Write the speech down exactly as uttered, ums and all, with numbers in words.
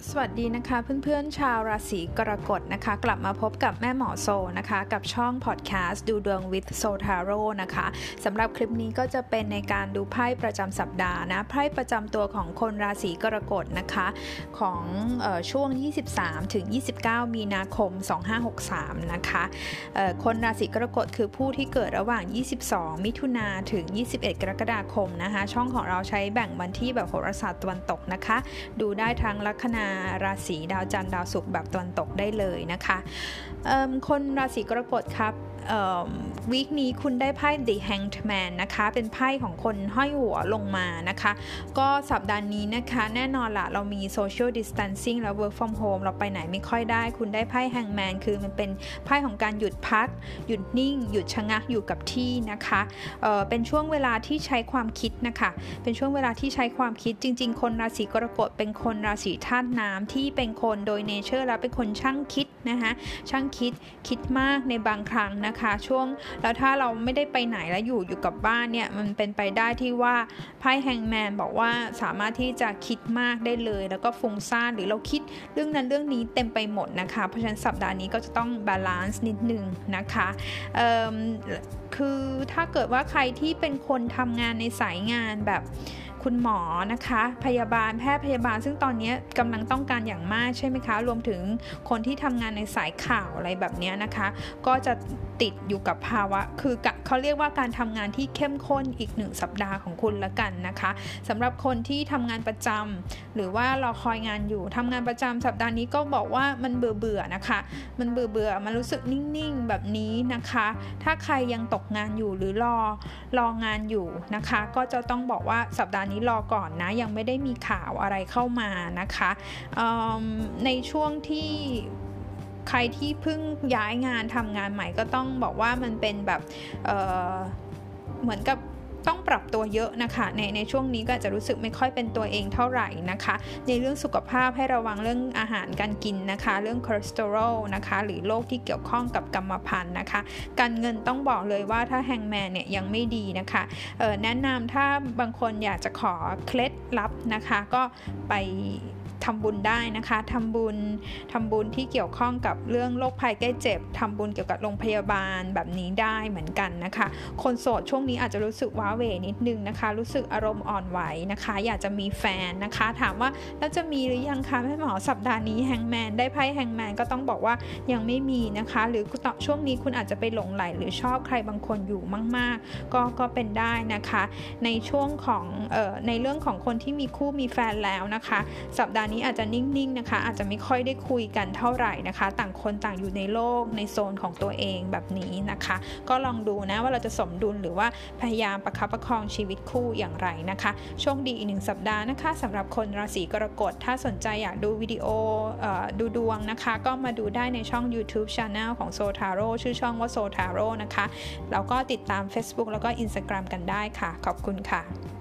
สวัสดีนะคะเพื่อนๆชาวราศีกรกฎนะคะกลับมาพบกับแม่หมอโซนะคะกับช่องพอดแคสต์ดูดวง with Soul Tarot นะคะสำหรับคลิปนี้ก็จะเป็นในการดูไพ่ประจำสัปดาห์นะไพ่ประจำตัวของคนราศีกรกฎนะคะของเอ่อช่วงยี่สิบสามถึงยี่สิบเก้ามีนาคมสองพันห้าร้อยหกสิบสามนะคะเอ่อคนราศีกรกฎคือผู้ที่เกิดระหว่างยี่สิบสองมิถุนาถึงยี่สิบเอ็ดกรกฎาคมนะคะช่องของเราใช้แบ่งวันที่แบบโหราศาสตร์ตะวันตกนะคะดูได้ทั้งลัคนาราศีดาวจันทร์ดาวศุกร์แบบตะวันตกได้เลยนะคะคนราศีกรกฎครับวีคนี้คุณได้ไพ่ The Hanged Man นะคะเป็นไพ่ของคนห้อยหัวลงมานะคะก็สัปดาห์นี้นะคะแน่นอนละเรามี Social Distancing แล้ว Work from Home เราไปไหนไม่ค่อยได้คุณได้ไพ่ Hangman คือมันเป็นไพ่ของการหยุดพักหยุดนิ่งหยุดชะงักอยู่กับที่นะคะเอ่อเป็นช่วงเวลาที่ใช้ความคิดนะคะเป็นช่วงเวลาที่ใช้ความคิดจริงๆคนราศีกรกฎเป็นคนราศีธาตุน้ำที่เป็นคนโดยเนเจอร์แล้วเป็นคนช่างคิดนะคะช่างคิดคิดมากในบางครั้งนะคะช่วงแล้วถ้าเราไม่ได้ไปไหนแล้วอยู่อยู่กับบ้านเนี่ยมันเป็นไปได้ที่ว่าไพ่แฮงแมนบอกว่าสามารถที่จะคิดมากได้เลยแล้วก็ฟุ้งซ่านหรือเราคิดเรื่องนั้นเรื่องนี้เต็มไปหมดนะคะเพราะฉะนั้นสัปดาห์นี้ก็จะต้องบาลานซ์นิดนึงนะคะเอ่อคือถ้าเกิดว่าใครที่เป็นคนทำงานในสายงานแบบคุณหมอนะคะพยาบาลแพทย์พยาบาลซึ่งตอนนี้กำลังต้องการอย่างมากใช่ไหมคะรวมถึงคนที่ทำงานในสายข่าวอะไรแบบนี้นะคะก็จะติดอยู่กับภาวะคือเขาเรียกว่าการทำงานที่เข้มข้นอีกหนึ่งสัปดาห์ของคุณละกันนะคะสำหรับคนที่ทำงานประจำหรือว่ารอคอยงานอยู่ทำงานประจำสัปดาห์นี้ก็บอกว่ามันเบื่อเบื่อนะคะมันเบื่อเบื่อมันรู้สึกนิ่งๆแบบนี้นะคะถ้าใครยังตกงานอยู่หรือรอรองานอยู่นะคะก็จะต้องบอกว่าสัปดาห์นี้รอก่อนนะยังไม่ได้มีข่าวอะไรเข้ามานะคะในช่วงที่ใครที่เพิ่งย้ายงานทำงานใหม่ก็ต้องบอกว่ามันเป็นแบบเอ่อเหมือนกับต้องปรับตัวเยอะนะคะในในช่วงนี้ก็จะรู้สึกไม่ค่อยเป็นตัวเองเท่าไหร่นะคะในเรื่องสุขภาพให้ระวังเรื่องอาหารการกินนะคะเรื่องคอเลสเตอรอลนะคะหรือโรคที่เกี่ยวข้องกับกรรมพันธุ์นะคะการเงินต้องบอกเลยว่าถ้าแฮงแมนเนี่ยยังไม่ดีนะคะเอ่อแนะนำถ้าบางคนอยากจะขอเคล็ดลับนะคะก็ไปทำบุญได้นะคะทำบุญทำบุญที่เกี่ยวข้องกับเรื่องโรคภัยใกล้เจ็บทำบุญเกี่ยวกับโรงพยาบาลแบบนี้ได้เหมือนกันนะคะคนโสดช่วงนี้อาจจะรู้สึกว้าเหวนิดนึงนะคะรู้สึกอารมณ์อ่อนไหวนะคะอยากจะมีแฟนนะคะถามว่าแล้วจะมีหรือยังคะแม่หมอสัปดาห์นี้แฮงแมนได้ไพ่แฮงแมนก็ต้องบอกว่ายังไม่มีนะคะหรือช่วงนี้คุณอาจจะไปหลงไหลหรือชอบใครบางคนอยู่มากๆก็ก็เป็นได้นะคะในช่วงของเอ่อในเรื่องของคนที่มีคู่มีแฟนแล้วนะคะสัปดาห์นี้อาจจะนิ่งๆนะคะอาจจะไม่ค่อยได้คุยกันเท่าไหร่นะคะต่างคนต่างอยู่ในโลกในโซนของตัวเองแบบนี้นะคะก็ลองดูนะว่าเราจะสมดุลหรือว่าพยายามประคับประคองชีวิตคู่อย่างไรนะคะโชคดีอีกหนึ่งสัปดาห์นะคะสำหรับคนราศีกรกฎถ้าสนใจอยากดูวิดีโอดูดวงนะคะก็มาดูได้ในช่อง YouTube Channel ของ Soul Tarot ชื่อช่องว่า Soul Tarot นะคะแล้วก็ติดตาม Facebook แล้วก็ Instagram กันได้ค่ะขอบคุณค่ะ